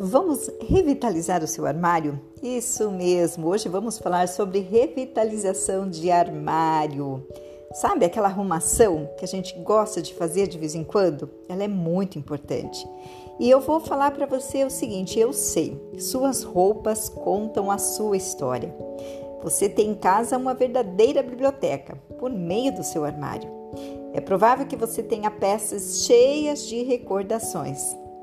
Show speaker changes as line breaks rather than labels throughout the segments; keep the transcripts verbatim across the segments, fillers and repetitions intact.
Vamos revitalizar o seu armário? Isso mesmo, hoje vamos falar sobre revitalização de armário. Sabe aquela arrumação que a gente gosta de fazer de vez em quando? Ela é muito importante. E eu vou falar para você o seguinte, eu sei, suas roupas contam a sua história. Você tem em casa uma verdadeira biblioteca por meio do seu armário. É provável que você tenha peças cheias de recordações.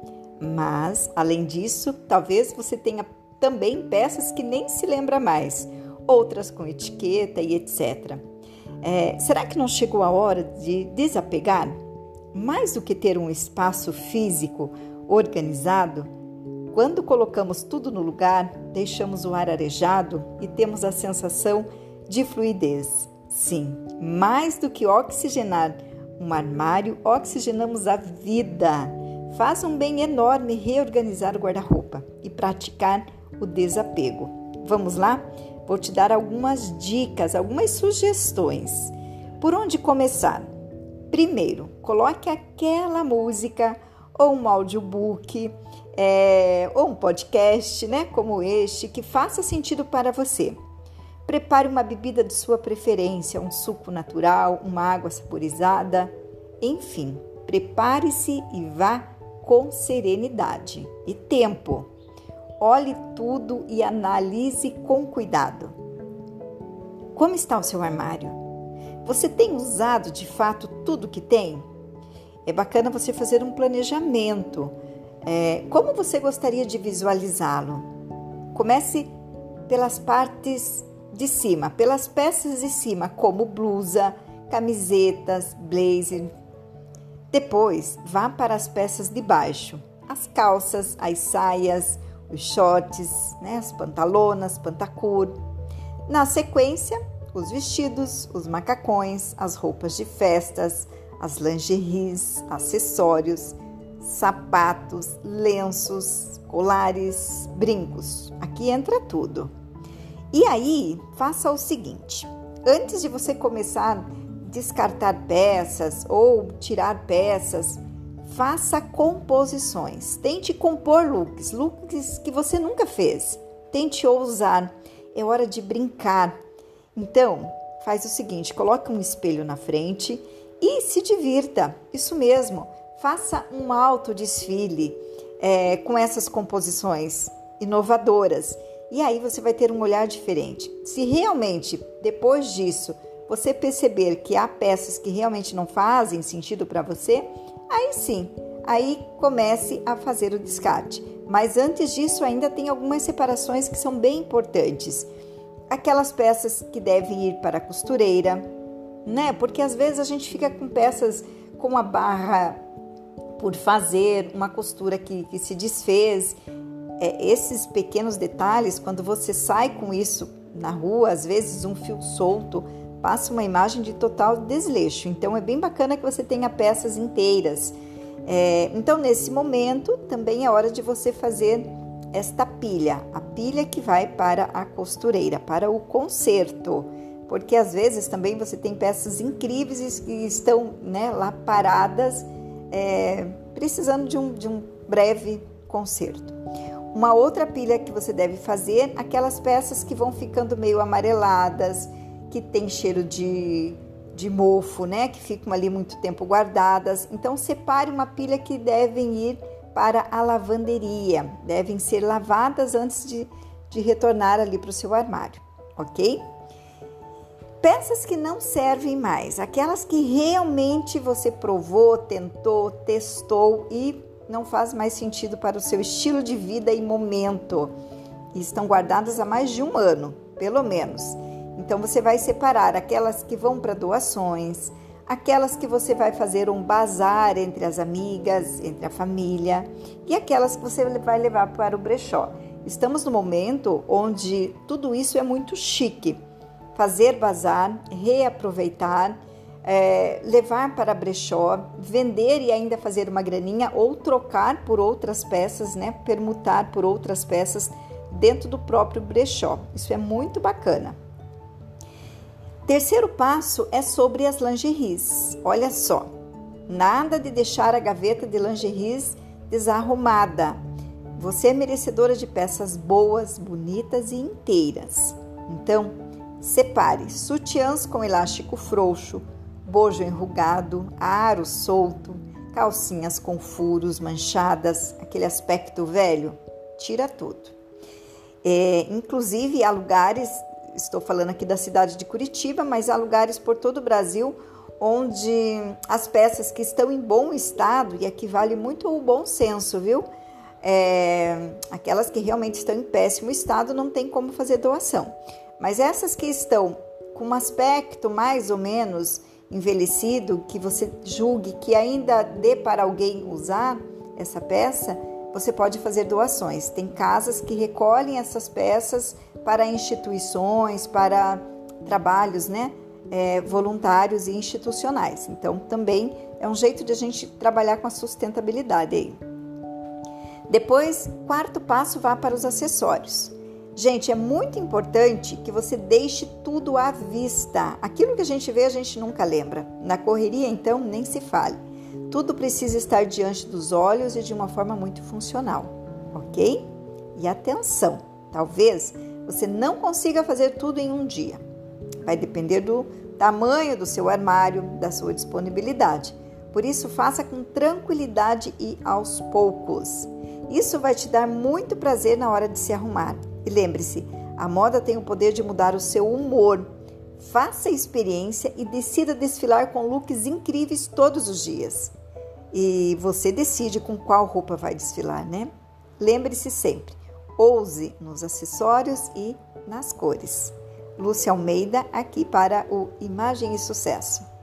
Mas, além disso, talvez você tenha também peças que nem se lembra mais, outras com etiqueta e etcétera. É, será que não chegou a hora de desapegar? Mais do que ter um espaço físico organizado, quando colocamos tudo no lugar, deixamos o ar arejado e temos a sensação de fluidez. Sim, mais do que oxigenar um armário, oxigenamos a vida. Faz um bem enorme reorganizar o guarda-roupa e praticar o desapego. Vamos lá? Vou te dar algumas dicas, algumas sugestões. Por onde começar? Primeiro, coloque aquela música ou um audiobook é, ou um podcast, né, como este, que faça sentido para você. Prepare uma bebida de sua preferência, um suco natural, uma água saborizada, enfim, prepare-se e vá com serenidade e tempo. Olhe tudo e analise com cuidado. Como está o seu armário? Você tem usado de fato tudo que tem? É bacana você fazer um planejamento. É, como você gostaria de visualizá-lo? Comece pelas partes de cima, pelas peças de cima, como blusa, camisetas, blazer. Depois, vá para as peças de baixo, as calças, as saias, os shorts, né, as pantalonas, pantacur. Na sequência, os vestidos, os macacões, as roupas de festas, as lingeries, acessórios, sapatos, lenços, colares, brincos. Aqui entra tudo. E aí, faça o seguinte, antes de você começar a descartar peças ou tirar peças, faça composições. Tente compor looks, looks que você nunca fez. Tente ousar. É hora de brincar. Então, faz o seguinte, coloque um espelho na frente e se divirta. Isso mesmo. Faça um alto desfile é, com essas composições inovadoras. E aí você vai ter um olhar diferente. Se realmente, depois disso, você perceber que há peças que realmente não fazem sentido para você, aí sim, aí comece a fazer o descarte. Mas antes disso, ainda tem algumas separações que são bem importantes. Aquelas peças que devem ir para a costureira, né? Porque às vezes a gente fica com peças com a barra por fazer, uma costura que, que se desfez. É, esses pequenos detalhes, quando você sai com isso na rua, às vezes um fio solto, passa uma imagem de total desleixo. Então, é bem bacana que você tenha peças inteiras. É, então, nesse momento, também é hora de você fazer esta pilha. A pilha que vai para a costureira, para o conserto. Porque, às vezes, também você tem peças incríveis que estão, né, lá paradas, é, precisando de um, de um breve conserto. Uma outra pilha que você deve fazer, aquelas peças que vão ficando meio amareladas, que tem cheiro de, de mofo, né? Que ficam ali muito tempo guardadas. Então, separe uma pilha que devem ir para a lavanderia. Devem ser lavadas antes de, de retornar ali para o seu armário, ok? Peças que não servem mais. Aquelas que realmente você provou, tentou, testou e não faz mais sentido para o seu estilo de vida e momento. E estão guardadas há mais de um ano, pelo menos. Então, você vai separar aquelas que vão para doações, aquelas que você vai fazer um bazar entre as amigas, entre a família, e aquelas que você vai levar para o brechó. Estamos no momento onde tudo isso é muito chique. Fazer bazar, reaproveitar, é, levar para brechó, vender e ainda fazer uma graninha ou trocar por outras peças, né? Permutar por outras peças dentro do próprio brechó. Isso é muito bacana. Terceiro passo é sobre as lingeries. Olha só, nada de deixar a gaveta de lingeries desarrumada. Você é merecedora de peças boas, bonitas e inteiras. Então, separe sutiãs com elástico frouxo, bojo enrugado, aro solto, calcinhas com furos, manchadas, aquele aspecto velho, tira tudo. É, inclusive, há lugares, estou falando aqui da cidade de Curitiba, mas há lugares por todo o Brasil onde as peças que estão em bom estado, e aqui vale muito o bom senso, viu? É, aquelas que realmente estão em péssimo estado não tem como fazer doação. Mas essas que estão com um aspecto mais ou menos envelhecido, que você julgue que ainda dê para alguém usar essa peça, você pode fazer doações. Tem casas que recolhem essas peças para instituições, para trabalhos, né, é, voluntários e institucionais. Então, também é um jeito de a gente trabalhar com a sustentabilidade aí. Depois, quarto passo, vá para os acessórios. Gente, é muito importante que você deixe tudo à vista. Aquilo que a gente vê, a gente nunca lembra. Na correria, então, nem se fale. Tudo precisa estar diante dos olhos e de uma forma muito funcional, ok? E atenção, talvez você não consiga fazer tudo em um dia. Vai depender do tamanho do seu armário, da sua disponibilidade. Por isso, faça com tranquilidade e aos poucos. Isso vai te dar muito prazer na hora de se arrumar. E lembre-se, a moda tem o poder de mudar o seu humor. Faça a experiência e decida desfilar com looks incríveis todos os dias. E você decide com qual roupa vai desfilar, né? Lembre-se sempre, ouse nos acessórios e nas cores. Lúcia Almeida, aqui para o Imagem e Sucesso.